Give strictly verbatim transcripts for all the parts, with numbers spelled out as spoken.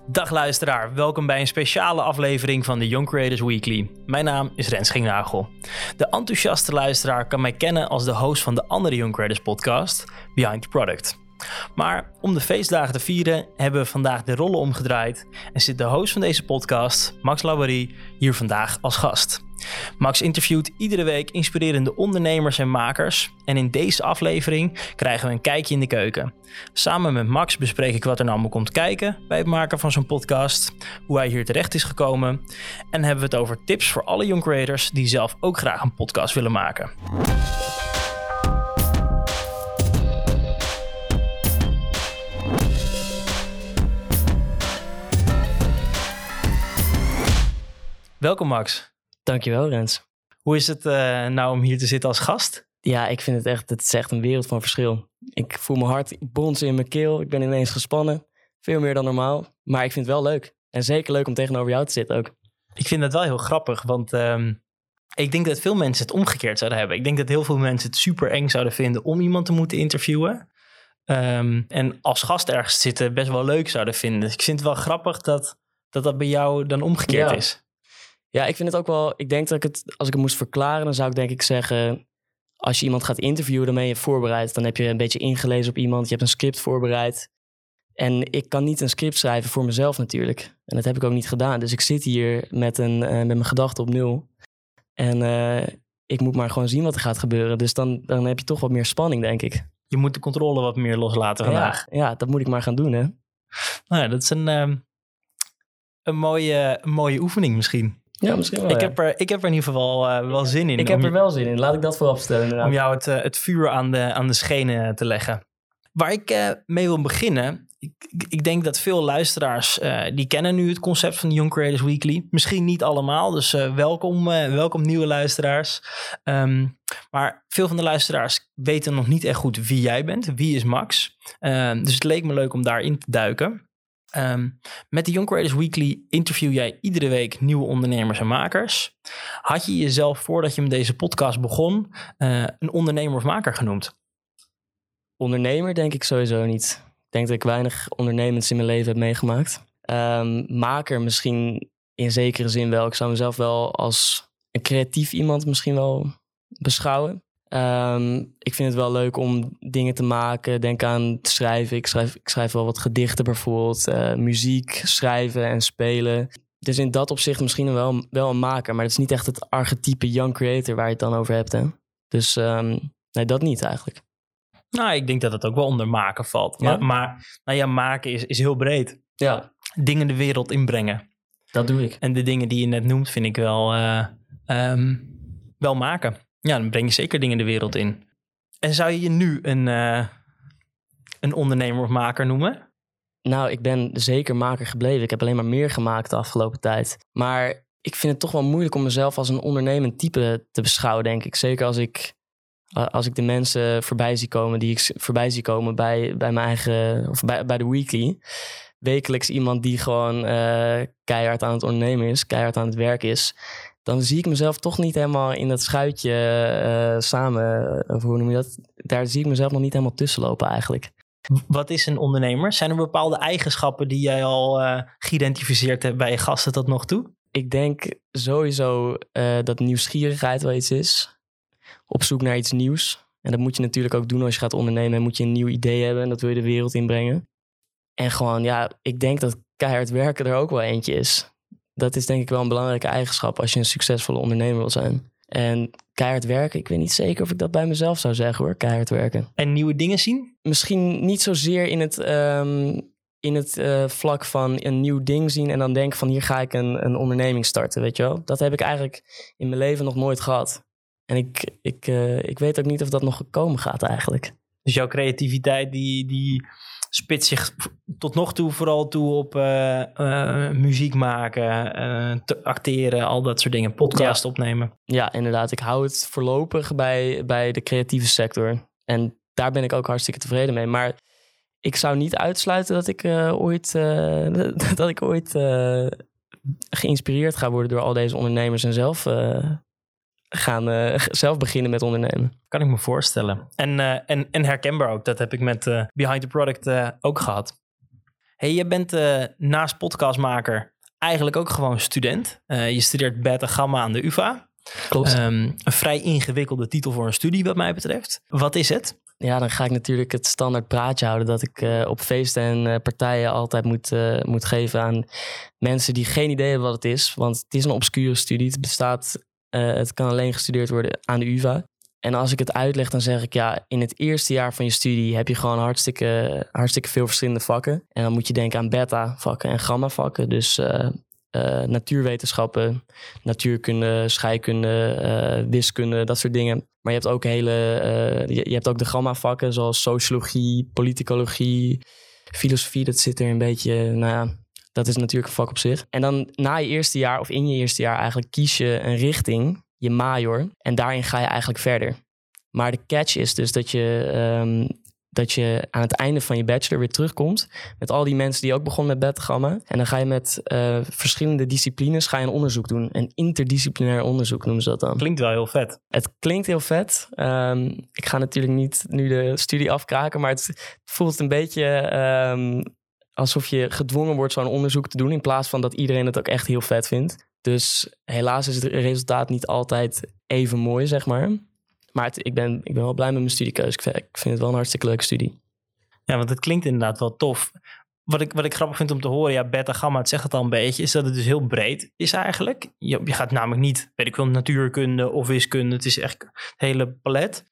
Dag luisteraar, welkom bij een speciale aflevering van de Young Creators Weekly. Mijn naam is Rens Gingnagel. De enthousiaste luisteraar kan mij kennen als de host van de andere Young Creators podcast, Behind the Product. Maar om de feestdagen te vieren hebben we vandaag de rollen omgedraaid en zit de host van deze podcast, Max Labary, hier vandaag als gast. Max interviewt iedere week inspirerende ondernemers en makers en in deze aflevering krijgen we een kijkje in de keuken. Samen met Max bespreek ik wat er nou allemaal komt kijken bij het maken van zo'n podcast, hoe hij hier terecht is gekomen en hebben we het over tips voor alle young creators die zelf ook graag een podcast willen maken. Welkom Max. Dankjewel Rens. Hoe is het uh, nou om hier te zitten als gast? Ja, ik vind het echt, het is echt een wereld van verschil. Ik voel mijn hart bonzen in mijn keel. Ik ben ineens gespannen. Veel meer dan normaal. Maar ik vind het wel leuk. En zeker leuk om tegenover jou te zitten ook. Ik vind dat wel heel grappig, want um, ik denk dat veel mensen het omgekeerd zouden hebben. Ik denk dat heel veel mensen het super eng zouden vinden om iemand te moeten interviewen. Um, en als gast ergens zitten best wel leuk zouden vinden. Dus ik vind het wel grappig dat dat, dat bij jou dan omgekeerd ja. is. Ja, ik vind het ook wel... Ik denk dat ik het... Als ik het moest verklaren, dan zou ik denk ik zeggen... Als je iemand gaat interviewen, dan ben je voorbereid. Dan heb je een beetje ingelezen op iemand. Je hebt een script voorbereid. En ik kan niet een script schrijven voor mezelf natuurlijk. En dat heb ik ook niet gedaan. Dus ik zit hier met, een, uh, met mijn gedachten op nul. En uh, ik moet maar gewoon zien wat er gaat gebeuren. Dus dan, dan heb je toch wat meer spanning, denk ik. Je moet de controle wat meer loslaten vandaag. Ja, ja dat moet ik maar gaan doen, hè. Nou ja, dat is een, um, een, mooie, een mooie oefening misschien. Ja, misschien wel, ik, ja. heb er, ik heb er in ieder geval uh, wel zin in. Ik heb er je, wel zin in. Laat ik dat voorop stellen. Inderdaad. Om jou het, uh, het vuur aan de, aan de schenen te leggen. Waar ik uh, mee wil beginnen... Ik, ik denk dat veel luisteraars... Uh, die kennen nu het concept van de Young Creators Weekly. Misschien niet allemaal. Dus uh, welkom, uh, welkom nieuwe luisteraars. Um, maar veel van de luisteraars weten nog niet echt goed wie jij bent. Wie is Max? Uh, dus het leek me leuk om daarin te duiken. Um, met de Young Creators Weekly interview jij iedere week nieuwe ondernemers en makers. Had je jezelf voordat je met deze podcast begon uh, een ondernemer of maker genoemd? Ondernemer denk ik sowieso niet. Ik denk dat ik weinig ondernemends in mijn leven heb meegemaakt. Um, maker misschien in zekere zin wel. Ik zou mezelf wel als een creatief iemand misschien wel beschouwen. Um, ik vind het wel leuk om dingen te maken. Denk aan schrijven. Ik schrijf, ik schrijf wel wat gedichten bijvoorbeeld. Uh, muziek, schrijven en spelen. Dus in dat opzicht misschien wel, wel een maker. Maar het is niet echt het archetype young creator waar je het dan over hebt. Hè? Dus um, nee, dat niet eigenlijk. Nou, ik denk dat het ook wel onder maken valt. Ja? Maar, maar nou ja, maken is, is heel breed. Ja. Dingen de wereld inbrengen. Dat doe ik. En de dingen die je net noemt vind ik wel, uh, um, wel maken. Ja, dan breng je zeker dingen de wereld in. En zou je je nu een, uh, een ondernemer of maker noemen? Nou, ik ben zeker maker gebleven. Ik heb alleen maar meer gemaakt de afgelopen tijd. Maar ik vind het toch wel moeilijk om mezelf als een ondernemend type te beschouwen, denk ik. Zeker als ik, als ik de mensen voorbij zie komen die ik voorbij zie komen bij, bij mijn eigen, of bij, bij de Weekly. Wekelijks iemand die gewoon uh, keihard aan het ondernemen is, keihard aan het werk is. Dan zie ik mezelf toch niet helemaal in dat schuitje uh, samen, of hoe noem je dat? Daar zie ik mezelf nog niet helemaal tussen lopen eigenlijk. Wat is een ondernemer? Zijn er bepaalde eigenschappen die jij al uh, geïdentificeerd hebt bij je gasten tot nog toe? Ik denk sowieso uh, dat nieuwsgierigheid wel iets is. Op zoek naar iets nieuws. En dat moet je natuurlijk ook doen als je gaat ondernemen. En moet je een nieuw idee hebben en dat wil je de wereld inbrengen. En gewoon, ja, ik denk dat keihard werken er ook wel eentje is. Dat is denk ik wel een belangrijke eigenschap als je een succesvolle ondernemer wil zijn. En keihard werken, ik weet niet zeker of ik dat bij mezelf zou zeggen hoor, keihard werken. En nieuwe dingen zien? Misschien niet zozeer in het, um, in het uh, vlak van een nieuw ding zien en dan denken van hier ga ik een, een onderneming starten, weet je wel. Dat heb ik eigenlijk in mijn leven nog nooit gehad. En ik, ik, uh, ik weet ook niet of dat nog gekomen gaat eigenlijk. Dus jouw creativiteit die, die spitst zich tot nog toe vooral toe op uh, uh, muziek maken, uh, te acteren, al dat soort dingen, podcast ja. opnemen. Ja, inderdaad. Ik hou het voorlopig bij, bij de creatieve sector. En daar ben ik ook hartstikke tevreden mee. Maar ik zou niet uitsluiten dat ik uh, ooit, uh, dat ik ooit uh, geïnspireerd ga worden door al deze ondernemers en zelf uh, gaan uh, zelf beginnen met ondernemen. Kan ik me voorstellen. En, uh, en, en herkenbaar ook. Dat heb ik met uh, Behind the Product uh, ook gehad. Hey, je bent uh, naast podcastmaker eigenlijk ook gewoon student. Uh, je studeert Beta Gamma aan de U vA. Klopt. Um, een vrij ingewikkelde titel voor een studie wat mij betreft. Wat is het? Ja, dan ga ik natuurlijk het standaard praatje houden dat ik uh, op feesten en uh, partijen altijd moet, uh, moet geven aan mensen die geen idee hebben wat het is. Want het is een obscure studie. Het bestaat, uh, het kan alleen gestudeerd worden aan de U vA. En als ik het uitleg, dan zeg ik ja, in het eerste jaar van je studie heb je gewoon hartstikke, hartstikke veel verschillende vakken. En dan moet je denken aan beta vakken en gamma vakken. Dus uh, uh, natuurwetenschappen, natuurkunde, scheikunde, uh, wiskunde, dat soort dingen. Maar je hebt ook hele, uh, je, je hebt ook de gamma vakken zoals sociologie, politicologie, filosofie. Dat zit er een beetje, nou ja, dat is natuurlijk een vak op zich. En dan na je eerste jaar of in je eerste jaar eigenlijk kies je een richting, je major. En daarin ga je eigenlijk verder. Maar de catch is dus dat je, um, dat je aan het einde van je bachelor weer terugkomt met al die mensen die ook begonnen met beta gamma. En dan ga je met uh, verschillende disciplines ga je een onderzoek doen. Een interdisciplinair onderzoek noemen ze dat dan. Klinkt wel heel vet. Het klinkt heel vet. Um, ik ga natuurlijk niet nu de studie afkraken, maar het, het voelt een beetje um, alsof je gedwongen wordt zo'n onderzoek te doen in plaats van dat iedereen het ook echt heel vet vindt. Dus helaas is het resultaat niet altijd even mooi, zeg maar. Maar het, ik, ben, ik ben wel blij met mijn studiekeuze. Ik vind, ik vind het wel een hartstikke leuke studie. Ja, want het klinkt inderdaad wel tof. Wat ik, wat ik grappig vind om te horen, ja, beta gamma, het zegt het al een beetje, is dat het dus heel breed is eigenlijk. Je, je gaat namelijk niet, weet ik veel, natuurkunde of wiskunde. Het is echt het hele palet.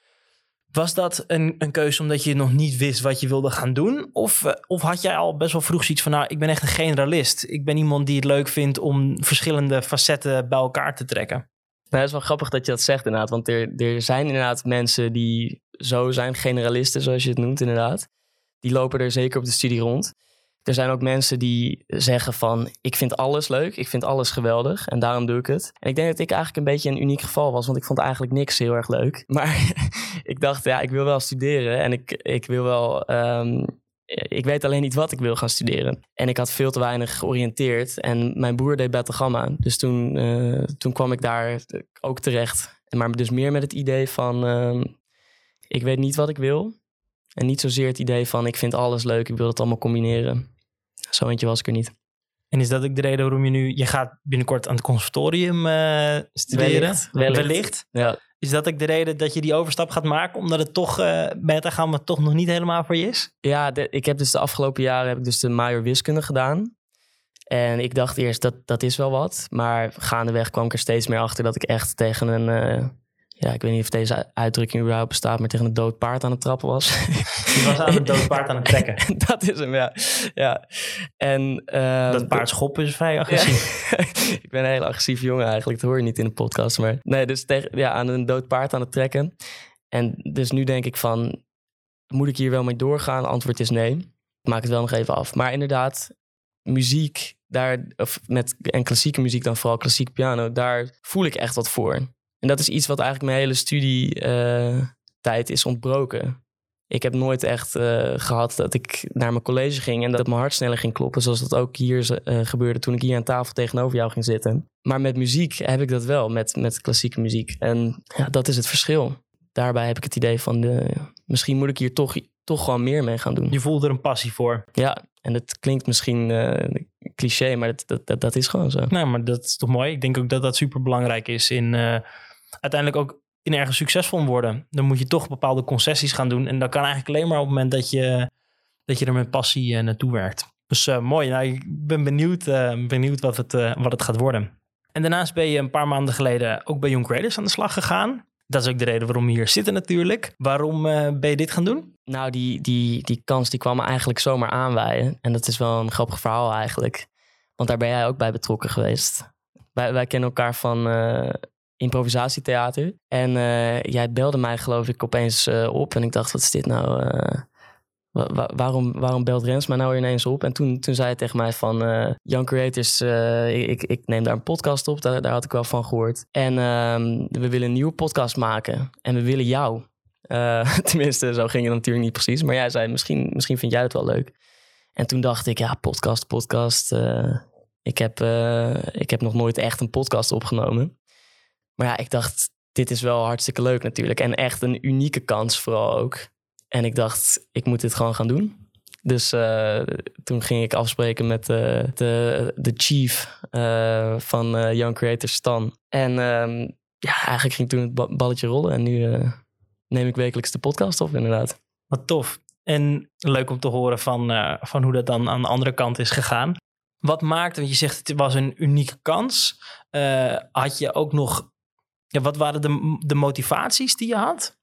Was dat een, een keuze omdat je nog niet wist wat je wilde gaan doen? Of, uh, of had jij al best wel vroeg zoiets van, nou, ik ben echt een generalist. Ik ben iemand die het leuk vindt om verschillende facetten bij elkaar te trekken. Nou, het is wel grappig dat je dat zegt inderdaad. Want er, er zijn inderdaad mensen die zo zijn, generalisten zoals je het noemt inderdaad. Die lopen er zeker op de studie rond. Er zijn ook mensen die zeggen van, ik vind alles leuk, ik vind alles geweldig en daarom doe ik het. En ik denk dat ik eigenlijk een beetje een uniek geval was, want ik vond eigenlijk niks heel erg leuk. Maar ik dacht, ja, ik wil wel studeren en ik, ik wil wel... Um, ik weet alleen niet wat ik wil gaan studeren. En ik had veel te weinig georiënteerd. En mijn broer deed beta gamma. Dus toen, uh, toen kwam ik daar ook terecht. Maar dus meer met het idee van, uh, ik weet niet wat ik wil. En niet zozeer het idee van, ik vind alles leuk, ik wil het allemaal combineren. Zo eentje was ik er niet. En is dat ook de reden waarom je nu... Je gaat binnenkort aan het conservatorium uh, studeren? Wellicht. Wellicht. Wellicht. Ja. Is dat ook de reden dat je die overstap gaat maken? Omdat het toch, uh, beta gamma toch nog niet helemaal voor je is? Ja, de, ik heb dus de afgelopen jaren heb ik dus de major wiskunde gedaan. En ik dacht eerst, dat, dat is wel wat. Maar gaandeweg kwam ik er steeds meer achter dat ik echt tegen een... Uh, ja, ik weet niet of deze uitdrukking überhaupt bestaat, maar tegen een dood paard aan het trappen was. Je was aan een dood paard aan het trekken. Dat is hem, ja. ja. En, uh, dat paard schoppen is vrij agressief. Ja. Ik ben een hele agressieve jongen eigenlijk. Dat hoor je niet in de podcast. Maar nee, dus tegen, ja, aan een dood paard aan het trekken. En dus nu denk ik van, moet ik hier wel mee doorgaan? Antwoord is nee. Ik maak het wel nog even af. Maar inderdaad, muziek, daar, of met, en klassieke muziek dan vooral, klassiek piano, daar voel ik echt wat voor. En dat is iets wat eigenlijk mijn hele studietijd uh, is ontbroken. Ik heb nooit echt uh, gehad dat ik naar mijn college ging en dat mijn hart sneller ging kloppen, zoals dat ook hier uh, gebeurde toen ik hier aan tafel tegenover jou ging zitten. Maar met muziek heb ik dat wel, met, met klassieke muziek. En ja, dat is het verschil. Daarbij heb ik het idee van, de, misschien moet ik hier toch, toch gewoon meer mee gaan doen. Je voelt er een passie voor. Ja, en dat klinkt misschien uh, cliché, maar dat, dat, dat, dat is gewoon zo. Nou, maar dat is toch mooi. Ik denk ook dat dat super belangrijk is in uh, uiteindelijk ook in ergens succesvol worden. Dan moet je toch bepaalde concessies gaan doen. En dat kan eigenlijk alleen maar op het moment dat je, dat je er met passie uh, naartoe werkt. Dus uh, mooi. Nou, ik ben benieuwd, uh, benieuwd wat, het, uh, wat het gaat worden. En daarnaast ben je een paar maanden geleden ook bij Young Creators aan de slag gegaan. Dat is ook de reden waarom we hier zitten natuurlijk. Waarom uh, ben je dit gaan doen? Nou, die, die, die kans die kwam me eigenlijk zomaar aanwaaien. En dat is wel een grappig verhaal eigenlijk. Want daar ben jij ook bij betrokken geweest. Wij, wij kennen elkaar van uh, improvisatietheater. En uh, jij belde mij geloof ik opeens uh, op. En ik dacht, wat is dit nou? Uh, wa- wa- waarom, waarom belt Rens mij nou ineens op? En toen, toen zei hij tegen mij van... Uh, Young Creators, uh, ik, ik neem daar een podcast op. Daar, daar had ik wel van gehoord. En uh, we willen een nieuwe podcast maken. En we willen jou. Uh, tenminste, zo ging het natuurlijk niet precies. Maar jij zei, misschien, misschien vind jij het wel leuk. En toen dacht ik, ja, podcast, podcast. Uh, ik, heb, uh, ik heb nog nooit echt een podcast opgenomen. Maar ja, ik dacht, dit is wel hartstikke leuk natuurlijk. En echt een unieke kans vooral ook. En ik dacht, ik moet dit gewoon gaan doen. Dus uh, toen ging ik afspreken met uh, de, de chief uh, van uh, Young Creators, Stan. En um, ja, eigenlijk ging toen het balletje rollen. En nu uh, neem ik wekelijks de podcast op, inderdaad. Wat tof. En leuk om te horen van, uh, van hoe dat dan aan de andere kant is gegaan. Wat maakte, want je zegt het was een unieke kans. Uh, had je ook nog, ja, wat waren de, de motivaties die je had?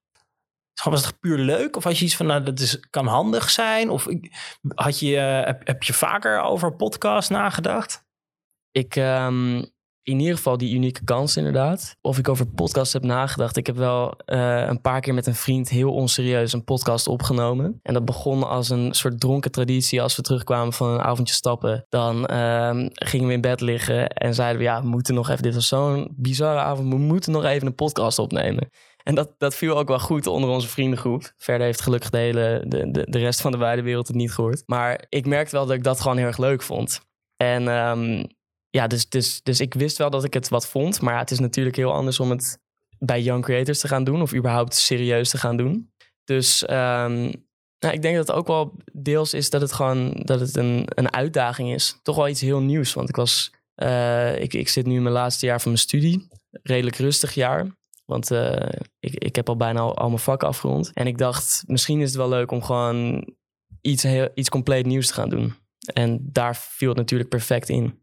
Was het puur leuk? Of had je iets van, nou, dat is, kan handig zijn? Of had je, uh, heb, heb je vaker over podcast nagedacht? Ik, um, in ieder geval die unieke kans inderdaad. Of ik over podcast heb nagedacht. Ik heb wel uh, een paar keer met een vriend heel onserieus een podcast opgenomen. En dat begon als een soort dronken traditie. Als we terugkwamen van een avondje stappen, dan um, gingen we in bed liggen en zeiden we, ja, we moeten nog even, dit was zo'n bizarre avond, we moeten nog even een podcast opnemen. En dat, dat viel ook wel goed onder onze vriendengroep. Verder heeft gelukkig de, hele, de, de, de rest van de wijde wereld het niet gehoord. Maar ik merkte wel dat ik dat gewoon heel erg leuk vond. En um, ja, dus, dus, dus ik wist wel dat ik het wat vond. Maar ja, het is natuurlijk heel anders om het bij Young Creators te gaan doen. Of überhaupt serieus te gaan doen. Dus um, nou, ik denk dat het ook wel deels is dat het gewoon dat het een, een uitdaging is. Toch wel iets heel nieuws. Want ik was, uh, ik, ik zit nu in mijn laatste jaar van mijn studie. Redelijk rustig jaar. Want uh, ik, ik heb al bijna al, al mijn vakken afgerond. En ik dacht, misschien is het wel leuk om gewoon iets, heel, iets compleet nieuws te gaan doen. En daar viel het natuurlijk perfect in.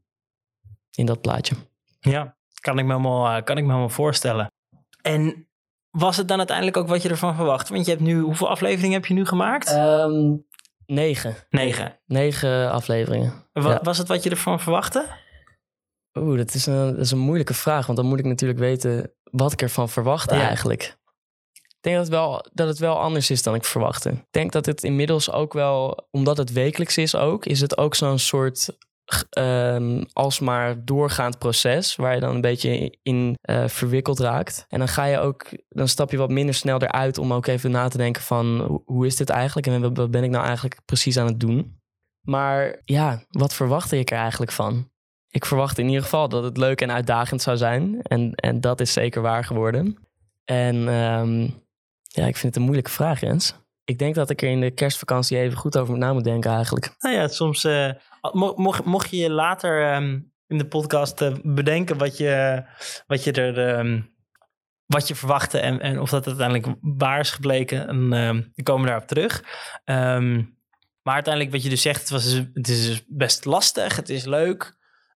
In dat plaatje. Ja, kan ik me helemaal, kan ik me helemaal voorstellen. En was het dan uiteindelijk ook wat je ervan verwacht? Want je hebt nu, hoeveel afleveringen heb je nu gemaakt? Um, negen. Negen? Negen afleveringen. Wa- ja. Was het wat je ervan verwachtte? Oeh, dat is, een, dat is een moeilijke vraag. Want dan moet ik natuurlijk weten wat ik ervan verwachtte ja. eigenlijk. Ik denk dat het, wel, dat het wel anders is dan ik verwachtte. Ik denk dat het inmiddels ook wel, omdat het wekelijks is ook, is het ook zo'n soort um, alsmaar doorgaand proces waar je dan een beetje in uh, verwikkeld raakt. En dan ga je ook, dan stap je wat minder snel eruit om ook even na te denken van hoe, hoe is dit eigenlijk en wat ben ik nou eigenlijk precies aan het doen. Maar ja, wat verwachtte ik er eigenlijk van? Ik verwachtte in ieder geval dat het leuk en uitdagend zou zijn. En, en dat is zeker waar geworden. En um, ja, ik vind het een moeilijke vraag, Rens. Ik denk dat ik er in de kerstvakantie even goed over na moet denken eigenlijk. Nou ja, soms uh, mocht, mocht je later um, in de podcast uh, bedenken wat je, wat je er... Um, wat je verwachtte en, en of dat uiteindelijk waar is gebleken. En um, we komen daarop terug. Um, maar uiteindelijk wat je dus zegt, het, was, het is dus best lastig. Het is leuk.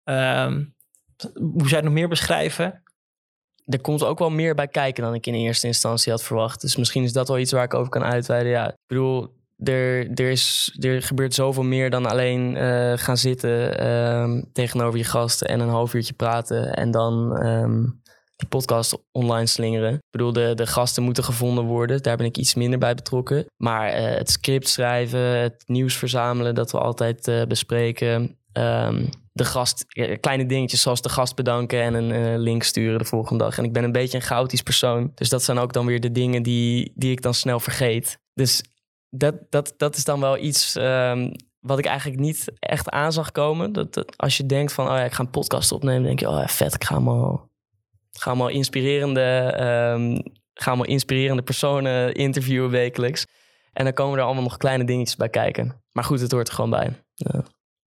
Um, hoe zou je het nog meer beschrijven? Er komt ook wel meer bij kijken dan ik in eerste instantie had verwacht. Dus misschien is dat wel iets waar ik over kan uitweiden. Ja, ik bedoel, er, er, is, er gebeurt zoveel meer dan alleen uh, gaan zitten um, tegenover je gasten en een half uurtje praten en dan um, die podcast online slingeren. Ik bedoel, de, de gasten moeten gevonden worden. Daar ben ik iets minder bij betrokken. Maar uh, het script schrijven, het nieuws verzamelen, dat we altijd uh, bespreken. Um, de gast, kleine dingetjes zoals de gast bedanken en een uh, link sturen de volgende dag. En ik ben een beetje een chaotisch persoon. Dus dat zijn ook dan weer de dingen die, die ik dan snel vergeet. Dus dat, dat, dat is dan wel iets um, wat ik eigenlijk niet echt aan zag komen. Dat, dat als je denkt van, oh ja, ik ga een podcast opnemen, denk je, oh ja, vet, ik ga allemaal, ga allemaal inspirerende, um, ga allemaal inspirerende personen interviewen wekelijks. En dan komen er allemaal nog kleine dingetjes bij kijken. Maar goed, het hoort er gewoon bij. Ja.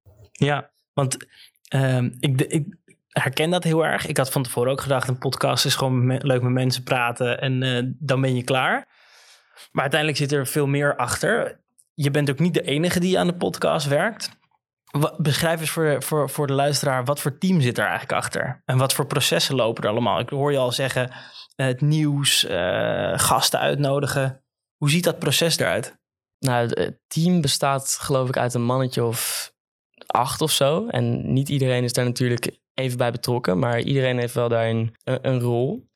Ja, want um, ik, ik herken dat heel erg. Ik had van tevoren ook gedacht, een podcast is gewoon me- leuk met mensen praten en uh, dan ben je klaar. Maar uiteindelijk zit er veel meer achter. Je bent ook niet de enige die aan de podcast werkt. Wat, beschrijf eens voor, voor, voor de luisteraar, wat voor team zit er eigenlijk achter? En wat voor processen lopen er allemaal? Ik hoor je al zeggen, uh, het nieuws, uh, gasten uitnodigen. Hoe ziet dat proces eruit? Nou, het team bestaat geloof ik uit een mannetje of acht of zo. En niet iedereen is daar natuurlijk even bij betrokken. Maar iedereen heeft wel daarin een, een rol.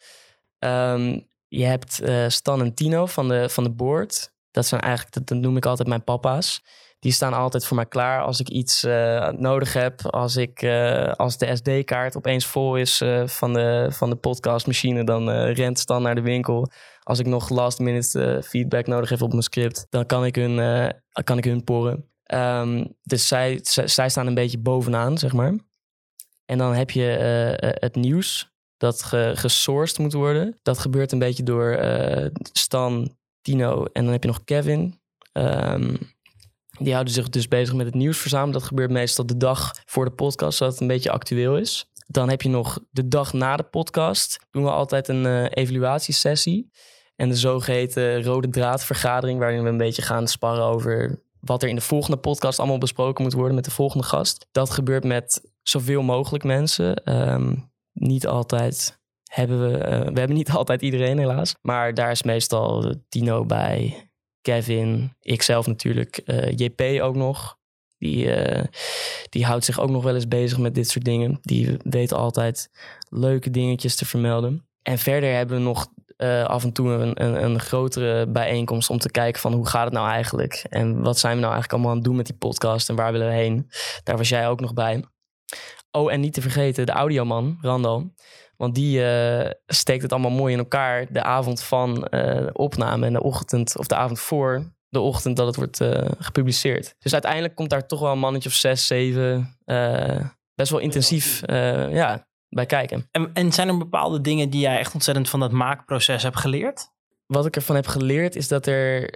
Um, je hebt uh, Stan en Tino van de, van de board. Dat zijn eigenlijk, dat, dat noem ik altijd mijn papa's. Die staan altijd voor mij klaar als ik iets uh, nodig heb. Als, ik, uh, als de S D-kaart opeens vol is uh, van, de, van de podcastmachine, dan uh, rent Stan naar de winkel. Als ik nog last minute uh, feedback nodig heb op mijn script, dan kan ik hun, uh, kan ik hun porren. Um, dus zij, zij, zij staan een beetje bovenaan, zeg maar. En dan heb je uh, het nieuws dat ge, gesourced moet worden. Dat gebeurt een beetje door uh, Stan, Tino en dan heb je nog Kevin. Um, Die houden zich dus bezig met het nieuws verzamelen. Dat gebeurt meestal de dag voor de podcast, zodat het een beetje actueel is. Dan heb je nog de dag na de podcast. Doen we altijd een uh, evaluatiesessie. En de zogeheten rode draadvergadering, waarin we een beetje gaan sparren over wat er in de volgende podcast allemaal besproken moet worden met de volgende gast. Dat gebeurt met zoveel mogelijk mensen. Um, niet altijd hebben we... Uh, we hebben niet altijd iedereen helaas. Maar daar is meestal Tino bij... Kevin, ikzelf natuurlijk, uh, J P ook nog. Die, uh, die houdt zich ook nog wel eens bezig met dit soort dingen. Die weet altijd leuke dingetjes te vermelden. En verder hebben we nog uh, af en toe een, een, een grotere bijeenkomst... om te kijken van hoe gaat het nou eigenlijk? En wat zijn we nou eigenlijk allemaal aan het doen met die podcast? En waar willen we heen? Daar was jij ook nog bij. Oh, en niet te vergeten, de audioman, Randal... Want die uh, steekt het allemaal mooi in elkaar de avond van uh, de opname en de ochtend of de avond voor de ochtend dat het wordt uh, gepubliceerd. Dus uiteindelijk komt daar toch wel een mannetje of zes, zeven uh, best wel intensief uh, ja, bij kijken. En, en zijn er bepaalde dingen die jij echt ontzettend van dat maakproces hebt geleerd? Wat ik ervan heb geleerd is dat er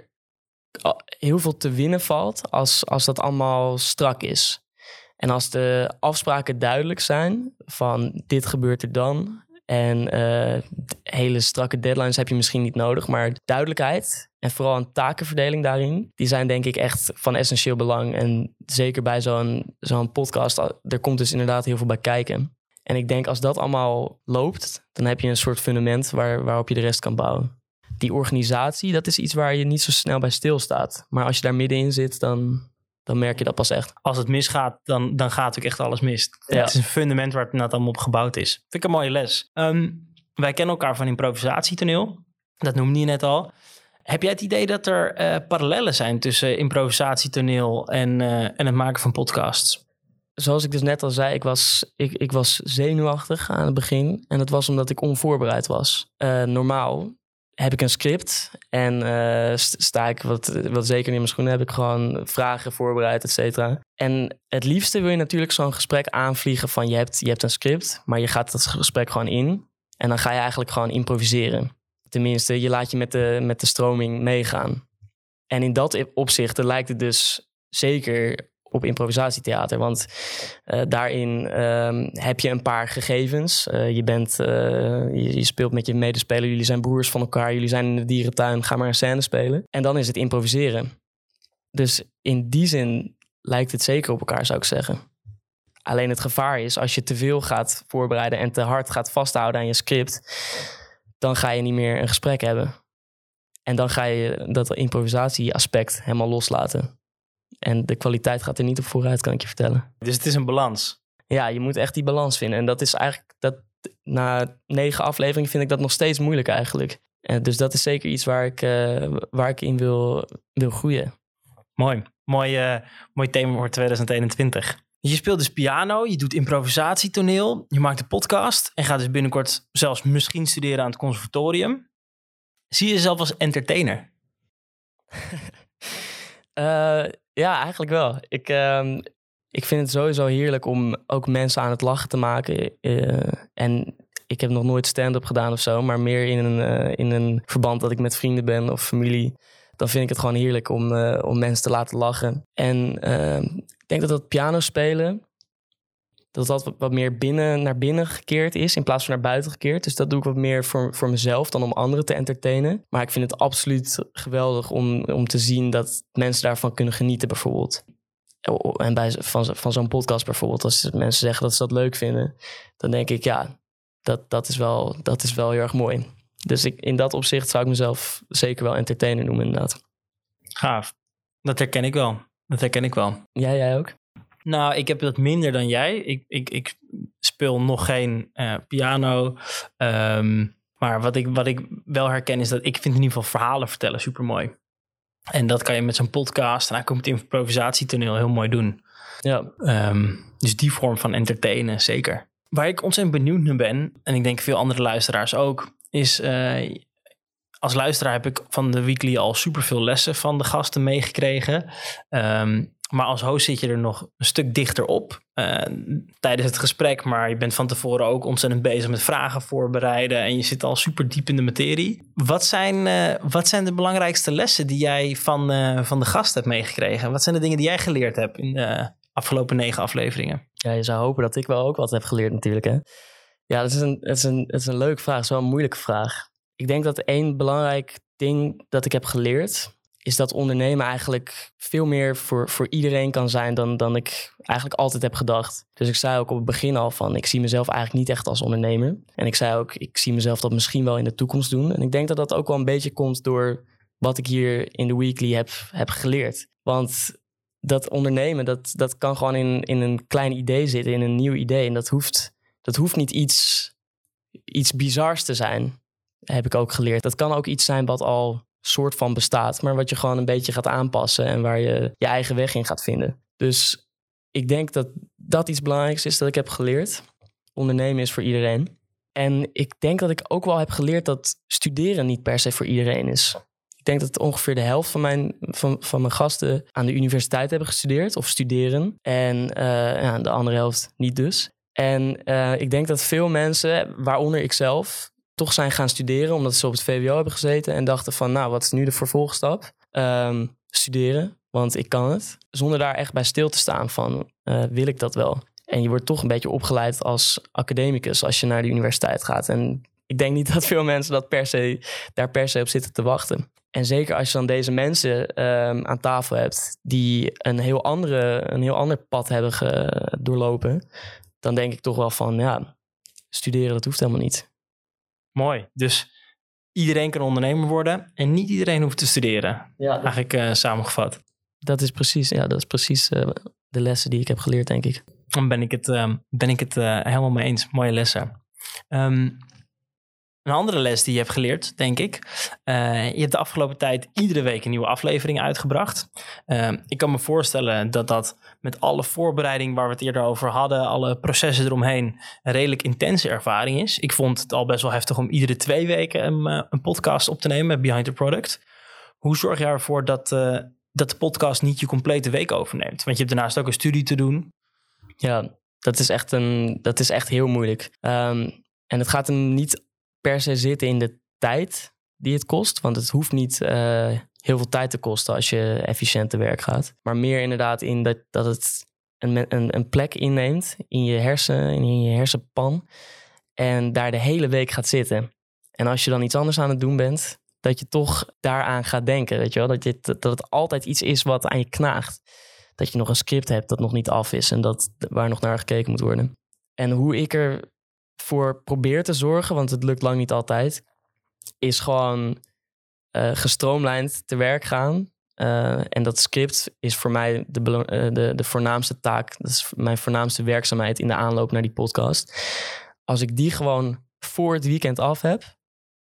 heel veel te winnen valt als, als dat allemaal strak is. En als de afspraken duidelijk zijn van dit gebeurt er dan... en uh, hele strakke deadlines heb je misschien niet nodig... maar duidelijkheid en vooral een takenverdeling daarin... die zijn denk ik echt van essentieel belang. En zeker bij zo'n, zo'n podcast, er komt dus inderdaad heel veel bij kijken. En ik denk als dat allemaal loopt... dan heb je een soort fundament waar, waarop je de rest kan bouwen. Die organisatie, dat is iets waar je niet zo snel bij stilstaat. Maar als je daar middenin zit, dan... dan merk je dat pas echt. Als het misgaat, dan, dan gaat ook echt alles mis. Ja. Het is een fundament waar het net allemaal op gebouwd is. Vind ik een mooie les. Um, wij kennen elkaar van improvisatietoneel. Dat noemde je net al. Heb jij het idee dat er uh, parallellen zijn tussen improvisatietoneel en, uh, en het maken van podcasts? Zoals ik dus net al zei, ik was, ik, ik was zenuwachtig aan het begin. En dat was omdat ik onvoorbereid was. Uh, normaal... heb ik een script en uh, sta ik, wat, wat zeker in mijn schoenen, heb ik gewoon vragen voorbereid, et cetera. En het liefste wil je natuurlijk zo'n gesprek aanvliegen van je hebt, je hebt een script, maar je gaat dat gesprek gewoon in. En dan ga je eigenlijk gewoon improviseren. Tenminste, je laat je met de, met de stroming meegaan. En in dat opzicht lijkt het dus zeker op improvisatietheater. Want uh, daarin um, heb je een paar gegevens. Uh, je, bent, uh, je, je speelt met je medespeler. Jullie zijn broers van elkaar. Jullie zijn in de dierentuin. Ga maar een scène spelen. En dan is het improviseren. Dus in die zin lijkt het zeker op elkaar, zou ik zeggen. Alleen het gevaar is, als je te veel gaat voorbereiden en te hard gaat vasthouden aan je script, dan ga je niet meer een gesprek hebben. En dan ga je dat improvisatieaspect helemaal loslaten. En de kwaliteit gaat er niet op vooruit, kan ik je vertellen. Dus het is een balans. Ja, je moet echt die balans vinden. En dat is eigenlijk, dat, na negen afleveringen vind ik dat nog steeds moeilijk eigenlijk. En dus dat is zeker iets waar ik, uh, waar ik in wil, wil groeien. Mooi. Mooi, uh, mooi thema voor twintig eenentwintig. Je speelt dus piano, je doet improvisatietoneel, je maakt een podcast en gaat dus binnenkort zelfs misschien studeren aan het conservatorium. Zie je jezelf als entertainer? uh, ja, eigenlijk wel. Ik, uh, ik vind het sowieso heerlijk om ook mensen aan het lachen te maken. Uh, en ik heb nog nooit stand-up gedaan of zo, maar meer in een, uh, in een verband dat ik met vrienden ben of familie. Dan vind ik het gewoon heerlijk om, uh, om mensen te laten lachen. En uh, ik denk dat dat piano spelen, dat dat wat, wat meer binnen, naar binnen gekeerd is in plaats van naar buiten gekeerd. Dus dat doe ik wat meer voor, voor mezelf dan om anderen te entertainen. Maar ik vind het absoluut geweldig om, om te zien dat mensen daarvan kunnen genieten bijvoorbeeld. En bij, van, van zo'n podcast bijvoorbeeld, als mensen zeggen dat ze dat leuk vinden, dan denk ik ja, dat, dat, is, wel, dat is wel heel erg mooi. Dus ik, in dat opzicht zou ik mezelf zeker wel entertainer noemen inderdaad. Gaaf. Dat herken ik wel. Dat herken ik wel. Ja, jij ook? Nou, ik heb dat minder dan jij. Ik, ik, ik speel nog geen uh, piano. Um, maar wat ik, wat ik wel herken is dat ik vind in ieder geval verhalen vertellen supermooi. En dat kan je met zo'n podcast en dan komt het improvisatietoneel heel mooi doen. Ja. Um, dus die vorm van entertainen, zeker. Waar ik ontzettend benieuwd naar ben, en ik denk veel andere luisteraars ook, is uh, als luisteraar heb ik van de Weekly al superveel lessen van de gasten meegekregen. Um, Maar als host zit je er nog een stuk dichter op uh, tijdens het gesprek. Maar je bent van tevoren ook ontzettend bezig met vragen voorbereiden. En je zit al super diep in de materie. Wat zijn, uh, wat zijn de belangrijkste lessen die jij van, uh, van de gast hebt meegekregen? Wat zijn de dingen die jij geleerd hebt in de afgelopen negen afleveringen? Ja, je zou hopen dat ik wel ook wat heb geleerd natuurlijk, hè? Ja, dat is een, dat is een, dat is een leuke vraag. Dat is wel een moeilijke vraag. Ik denk dat één belangrijk ding dat ik heb geleerd is dat ondernemen eigenlijk veel meer voor, voor iedereen kan zijn dan, dan ik eigenlijk altijd heb gedacht. Dus ik zei ook op het begin al van, ik zie mezelf eigenlijk niet echt als ondernemer. En ik zei ook, ik zie mezelf dat misschien wel in de toekomst doen. En ik denk dat dat ook wel een beetje komt door wat ik hier in de Weekly heb, heb geleerd. Want dat ondernemen, dat, dat kan gewoon in, in een klein idee zitten, in een nieuw idee. En dat hoeft, dat hoeft niet iets, iets bizars te zijn, heb ik ook geleerd. Dat kan ook iets zijn wat al soort van bestaat, maar wat je gewoon een beetje gaat aanpassen en waar je je eigen weg in gaat vinden. Dus ik denk dat dat iets belangrijks is dat ik heb geleerd. Ondernemen is voor iedereen. En ik denk dat ik ook wel heb geleerd dat studeren niet per se voor iedereen is. Ik denk dat ongeveer de helft van mijn, van, van mijn gasten aan de universiteit hebben gestudeerd of studeren. En uh, ja, de andere helft niet dus. En uh, ik denk dat veel mensen, waaronder ik zelf, toch zijn gaan studeren omdat ze op het V W O hebben gezeten en dachten van, nou, wat is nu de vervolgstap? Um, studeren, want ik kan het. Zonder daar echt bij stil te staan van, uh, wil ik dat wel? En je wordt toch een beetje opgeleid als academicus als je naar de universiteit gaat. En ik denk niet dat veel mensen dat per se, daar per se op zitten te wachten. En zeker als je dan deze mensen um, aan tafel hebt die een heel, andere, een heel ander pad hebben ge- doorlopen, dan denk ik toch wel van, ja, studeren, dat hoeft helemaal niet. Mooi. Dus iedereen kan ondernemer worden en niet iedereen hoeft te studeren. Ja, dat... Eigenlijk uh, samengevat. Dat is precies, ja, dat is precies uh, de lessen die ik heb geleerd, denk ik. Dan ben ik het, uh, ben ik het uh, helemaal mee eens. Mooie lessen. Um, een andere les die je hebt geleerd, denk ik. Uh, je hebt de afgelopen tijd iedere week een nieuwe aflevering uitgebracht. Uh, ik kan me voorstellen dat dat met alle voorbereiding waar we het eerder over hadden, alle processen eromheen, een redelijk intense ervaring is. Ik vond het al best wel heftig om iedere twee weken een, een podcast op te nemen, Behind the Product. Hoe zorg je ervoor dat, uh, dat de podcast niet je complete week overneemt? Want je hebt daarnaast ook een studie te doen. Ja, dat is echt, een, dat is echt heel moeilijk. Um, en het gaat hem niet per se zitten in de tijd die het kost. Want het hoeft niet uh, heel veel tijd te kosten als je efficiënt te werk gaat. Maar meer inderdaad in dat, dat het een, een, een plek inneemt in je hersen, in je hersenpan. En daar de hele week gaat zitten. En als je dan iets anders aan het doen bent, dat je toch daaraan gaat denken. Weet je wel? Dat, je, dat het altijd iets is wat aan je knaagt. Dat je nog een script hebt dat nog niet af is en dat, waar nog naar gekeken moet worden. En hoe ik ervoor probeer te zorgen, want het lukt lang niet altijd, is gewoon uh, gestroomlijnd te werk gaan. Uh, en dat script is voor mij de, uh, de, de voornaamste taak. Dat is mijn voornaamste werkzaamheid in de aanloop naar die podcast. Als ik die gewoon voor het weekend af heb,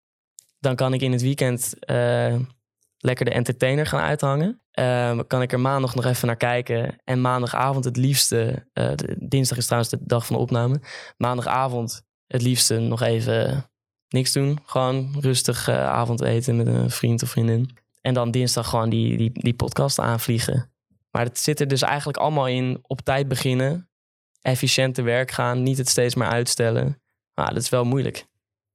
dan kan ik in het weekend uh, lekker de entertainer gaan uithangen. Uh, kan ik er maandag nog even naar kijken. En maandagavond het liefste, uh, de, dinsdag is trouwens de dag van de opname. Maandagavond het liefste nog even niks doen. Gewoon rustig uh, avondeten met een vriend of vriendin. En dan dinsdag gewoon die, die, die podcast aanvliegen. Maar het zit er dus eigenlijk allemaal in op tijd beginnen. Efficiënt te werk gaan. Niet het steeds maar uitstellen. Maar dat is wel moeilijk.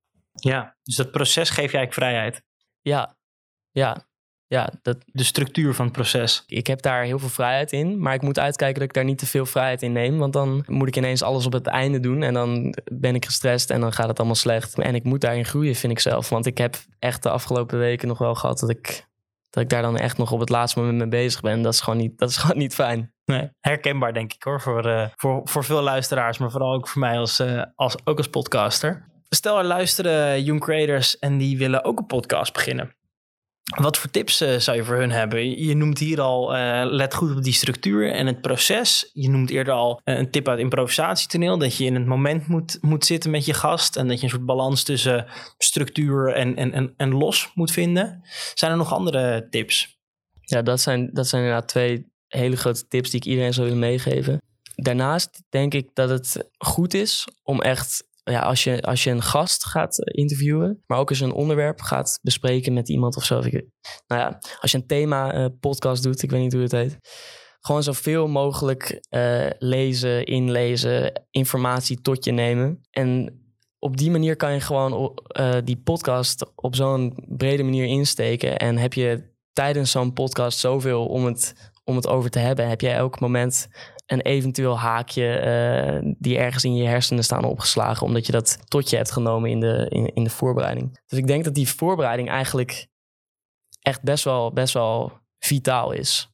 Ja, dus dat proces geeft je eigenlijk vrijheid. Ja, ja. Ja, dat, de structuur van het proces. Ik heb daar heel veel vrijheid in. Maar ik moet uitkijken dat ik daar niet te veel vrijheid in neem. Want dan moet ik ineens alles op het einde doen. En dan ben ik gestrest en dan gaat het allemaal slecht. En ik moet daarin groeien, vind ik zelf. Want ik heb echt de afgelopen weken nog wel gehad dat ik, dat ik daar dan echt nog op het laatste moment mee bezig ben. Dat is gewoon niet, dat is gewoon niet fijn. Nee, herkenbaar denk ik hoor. Voor, uh, voor, voor veel luisteraars. Maar vooral ook voor mij als, uh, als, ook als podcaster. Stel er luisteren young creators en die willen ook een podcast beginnen. Wat voor tips uh, zou je voor hun hebben? Je noemt hier al, uh, let goed op die structuur en het proces. Je noemt eerder al uh, een tip uit improvisatietoneel. Dat je in het moment moet, moet zitten met je gast. En dat je een soort balans tussen structuur en, en, en, en los moet vinden. Zijn er nog andere tips? Ja, dat zijn, dat zijn inderdaad twee hele grote tips die ik iedereen zou willen meegeven. Daarnaast denk ik dat het goed is om echt, ja, als je, als je een gast gaat interviewen, maar ook als je een onderwerp gaat bespreken met iemand of zo. Nou ja, als je een thema uh, podcast doet, ik weet niet hoe het heet. gewoon zoveel mogelijk uh, lezen, inlezen, informatie tot je nemen. En op die manier kan je gewoon uh, die podcast op zo'n brede manier insteken. En heb je tijdens zo'n podcast zoveel om het, om het over te hebben. Heb jij elk moment een eventueel haakje uh, die ergens in je hersenen staan opgeslagen, omdat je dat tot je hebt genomen in de, in, in de voorbereiding. Dus ik denk dat die voorbereiding eigenlijk echt best wel, best wel vitaal is.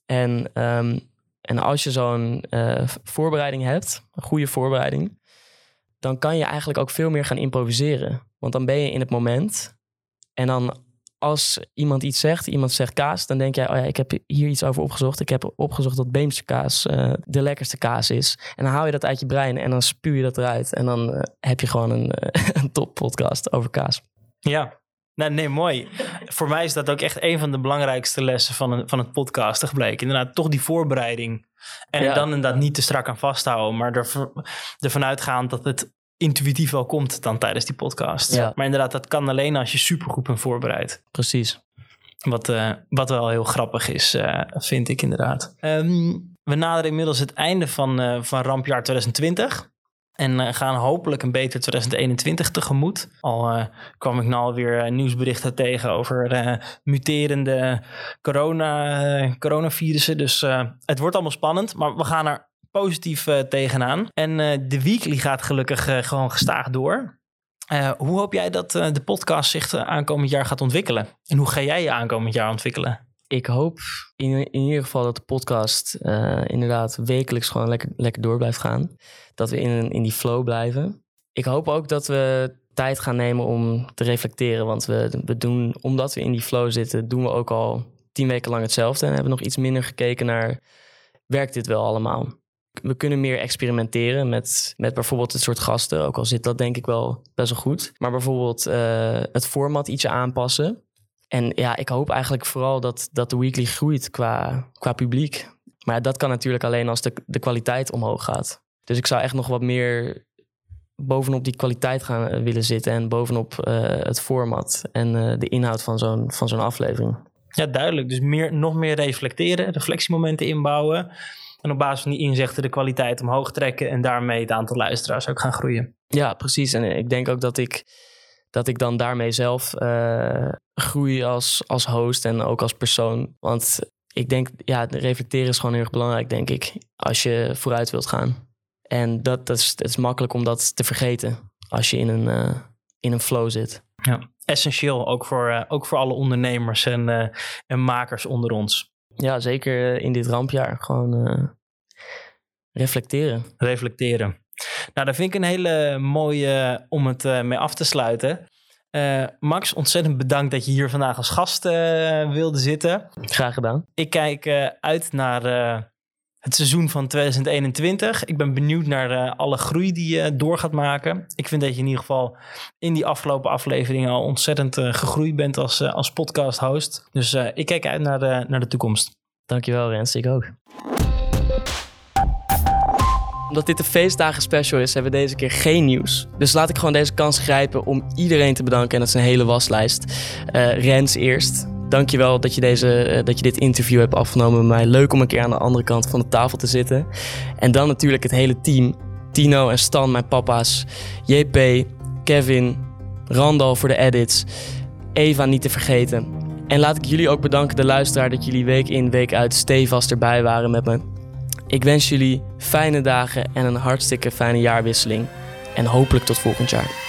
En, um, en als je zo'n uh, voorbereiding hebt, een goede voorbereiding, dan kan je eigenlijk ook veel meer gaan improviseren. Want dan ben je in het moment. En dan als iemand iets zegt, iemand zegt kaas, dan denk jij, oh ja, ik heb hier iets over opgezocht. Ik heb opgezocht dat Beemster kaas uh, de lekkerste kaas is. En dan haal je dat uit je brein en dan spuw je dat eruit. En dan uh, heb je gewoon een, uh, een top podcast over kaas. Ja, nee, nee, mooi. Voor mij is dat ook echt een van de belangrijkste lessen van, een, van het podcasten gebleken. Inderdaad, toch die voorbereiding. En ja. dan inderdaad niet te strak aan vasthouden, maar er, ervan uitgaan dat het intuïtief wel komt dan tijdens die podcast. Ja. Maar inderdaad, dat kan alleen als je supergoed bent voorbereid. Precies. Wat, uh, wat wel heel grappig is, uh, vind ik inderdaad. Um, we naderen inmiddels het einde van, uh, van rampjaar twintig twintig. En uh, gaan hopelijk een beter twintig eenentwintig tegemoet. Al uh, kwam ik nou alweer uh, nieuwsberichten tegen over uh, muterende corona, uh, coronavirussen. Dus uh, het wordt allemaal spannend, maar we gaan er positief uh, tegenaan. En uh, de weekly gaat gelukkig uh, gewoon gestaag door. Uh, hoe hoop jij dat uh, de podcast zich uh, aankomend jaar gaat ontwikkelen? En hoe ga jij je aankomend jaar ontwikkelen? Ik hoop in, in ieder geval dat de podcast uh, inderdaad wekelijks gewoon lekker, lekker door blijft gaan. Dat we in, in die flow blijven. Ik hoop ook dat we tijd gaan nemen om te reflecteren. Want we, we doen, omdat we in die flow zitten, doen we ook al tien weken lang hetzelfde. En hebben nog iets minder gekeken naar, werkt dit wel allemaal? We kunnen meer experimenteren met, met bijvoorbeeld het soort gasten. Ook al zit dat denk ik wel best wel goed. Maar bijvoorbeeld uh, het format ietsje aanpassen. En ja, ik hoop eigenlijk vooral dat, dat de weekly groeit qua, qua publiek. Maar dat kan natuurlijk alleen als de, de kwaliteit omhoog gaat. Dus ik zou echt nog wat meer bovenop die kwaliteit gaan uh, willen zitten. En bovenop uh, het format en uh, de inhoud van zo'n, van zo'n aflevering. Ja, duidelijk. Dus meer, nog meer reflecteren, reflectiemomenten inbouwen. En op basis van die inzichten de kwaliteit omhoog trekken. En daarmee het aantal luisteraars ook gaan groeien. Ja, precies. En ik denk ook dat ik, dat ik dan daarmee zelf uh, groei als, als host en ook als persoon. Want ik denk, ja, reflecteren is gewoon heel erg belangrijk, denk ik. Als je vooruit wilt gaan. En dat, dat, is, dat is makkelijk om dat te vergeten als je in een, uh, in een flow zit. Ja, essentieel. Ook voor, uh, ook voor alle ondernemers en, uh, en makers onder ons. Ja, zeker in dit rampjaar. Gewoon uh, reflecteren. Reflecteren. Nou, dat vind ik een hele mooie om het uh, mee af te sluiten. Uh, Max, ontzettend bedankt dat je hier vandaag als gast uh, wilde zitten. Graag gedaan. Ik kijk uh, uit naar uh, het seizoen van twintig eenentwintig. Ik ben benieuwd naar uh, alle groei die je door gaat maken. Ik vind dat je in ieder geval in die afgelopen afleveringen al ontzettend uh, gegroeid bent als, uh, als podcast host. Dus uh, ik kijk uit naar de, naar de toekomst. Dankjewel, Rens. Ik ook. Omdat dit de feestdagen special is, hebben we deze keer geen nieuws. Dus laat ik gewoon deze kans grijpen om iedereen te bedanken. En dat is een hele waslijst. Uh, Rens eerst. Dankjewel dat je, deze, uh, dat je dit interview hebt afgenomen met mij. Leuk om een keer aan de andere kant van de tafel te zitten. En dan natuurlijk het hele team. Tino en Stan, mijn papa's. J P, Kevin, Randal voor de edits. Eva niet te vergeten. En laat ik jullie ook bedanken, de luisteraar, dat jullie week in, week uit stevast erbij waren met me. Ik wens jullie fijne dagen en een hartstikke fijne jaarwisseling. En hopelijk tot volgend jaar.